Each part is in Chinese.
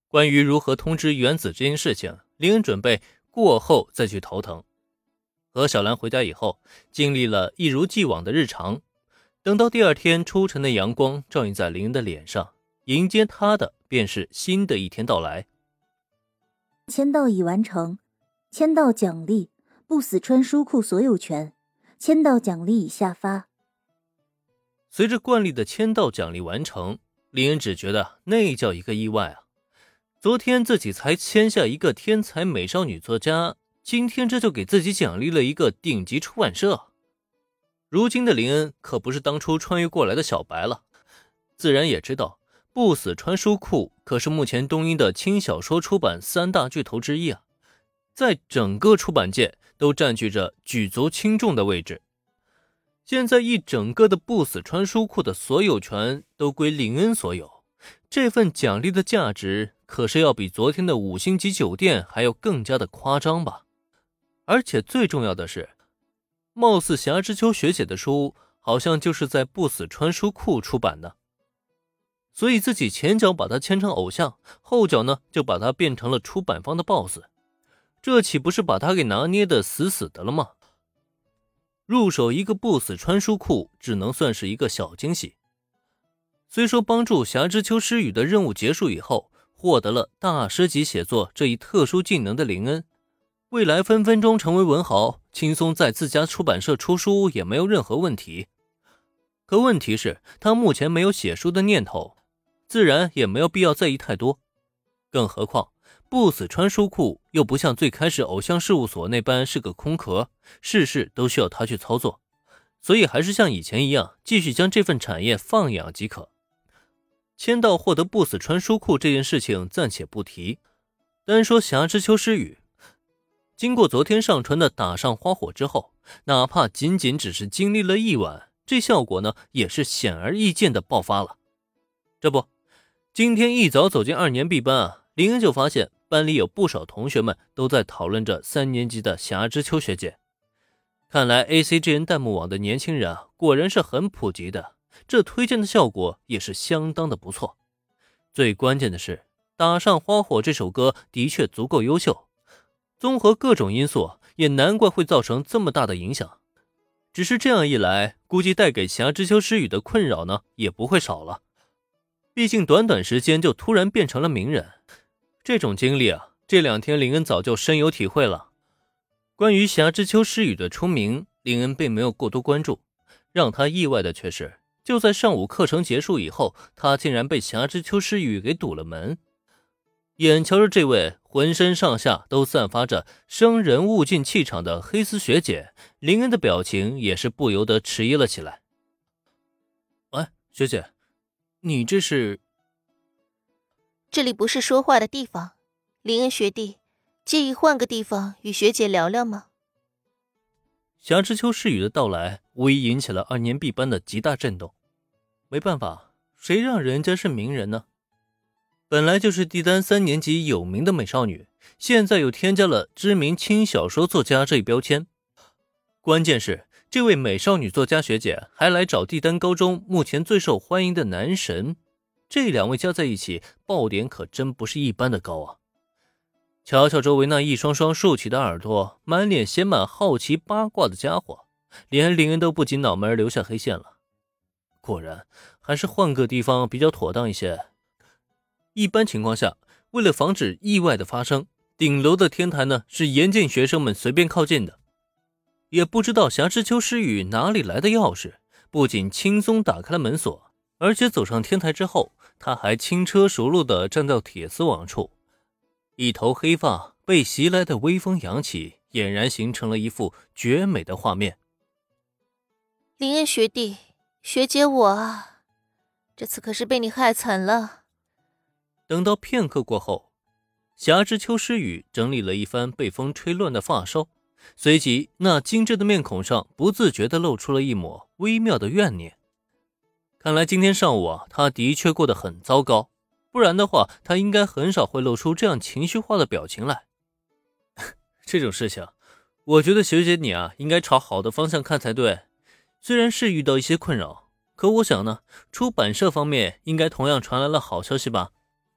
关于如何通知原子这件事情，林恩准备过后再去头疼。和小兰回家以后，经历了一如既往的日常。等到第二天初晨的阳光照映在林恩的脸上，迎接他的便是新的一天到来。 签到已完成，签到奖励不死川书库所有权，签到奖励已下发。 随着惯例的签到奖励完成，林恩只觉得那叫一个意外啊！昨天自己才签下一个天才美少女作家，今天这就给自己奖励了一个顶级出版社。如今的林恩可不是当初穿越过来的小白了，自然也知道不死川书库可是目前东映的轻小说出版三大巨头之一啊，在整个出版界都占据着举足轻重的位置。现在一整个的不死川书库的所有权都归林恩所有，这份奖励的价值可是要比昨天的5星级酒店还要更加的夸张吧。而且最重要的是，貌似霞之丘学姐的书好像就是在不死川书库出版的，所以自己前脚把它签成偶像，后脚呢就把它变成了出版方的 boss， 这岂不是把它给拿捏得死死的了吗？入手一个不死川书库只能算是一个小惊喜。虽说帮助霞之丘诗语的任务结束以后，获得了大师级写作这一特殊技能的林恩，未来分分钟成为文豪，轻松在自家出版社出书也没有任何问题。可问题是他目前没有写书的念头，自然也没有必要在意太多。更何况不死川书库又不像最开始偶像事务所那般是个空壳，事事都需要他去操作，所以还是像以前一样继续将这份产业放养即可。签到获得不死川书库这件事情暂且不提，单说霞之丘诗语，经过昨天上传的打上花火之后，哪怕仅仅只是经历了一晚，这效果呢也是显而易见的爆发了。这不，今天一早走进2年 B 班啊，林恩就发现班里有不少同学们都在讨论着3年级的霞之丘学姐。看来 ACGN 弹幕网的年轻人啊，果然是很普及的，这推荐的效果也是相当的不错。最关键的是，打上花火这首歌的确足够优秀，综合各种因素，也难怪会造成这么大的影响。只是这样一来，估计带给霞之丘诗语的困扰呢也不会少了。毕竟短短时间就突然变成了名人，这种经历啊，这2天林恩早就深有体会了。关于霞之丘诗语的出名，林恩并没有过多关注，让他意外的却是，就在上午课程结束以后，他竟然被霞之丘诗语给堵了门。眼瞧着这位浑身上下都散发着生人勿近气场的黑丝学姐，林恩的表情也是不由得迟疑了起来。哎，学姐，你这是？ 这里不是说话的地方，林恩学弟，介意换个地方与学姐聊聊吗？ 霞之丘诗语的到来无疑引起了2年 B 班的极大震动。没办法，谁让人家是名人呢？本来就是帝丹3年级有名的美少女，现在又添加了知名轻小说作家这一标签。关键是这位美少女作家学姐还来找帝丹高中目前最受欢迎的男神，这2位加在一起，爆点可真不是一般的高啊！瞧瞧周围那一双双竖起的耳朵，满脸写满好奇八卦的家伙，连林恩都不禁脑门留下黑线了。果然，还是换个地方比较妥当一些。一般情况下，为了防止意外的发生，顶楼的天台呢是严禁学生们随便靠近的。也不知道霞之丘诗语哪里来的钥匙，不仅轻松打开了门锁，而且走上天台之后，他还轻车熟路地站到铁丝网处，一头黑发被袭来的微风扬起，俨然形成了一幅绝美的画面。 林恩学弟，学姐我啊，这次可是被你害惨了。 等到片刻过后，霞之丘诗语整理了一番被风吹乱的发梢，随即那精致的面孔上不自觉地露出了一抹微妙的怨念。看来今天上午啊，他的确过得很糟糕，不然的话他应该很少会露出这样情绪化的表情来。这种事情，我觉得学姐你啊，应该朝好的方向看才对。虽然是遇到一些困扰，可我想呢，出版社方面应该同样传来了好消息吧。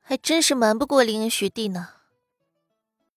还真是瞒不过林恩学弟呢。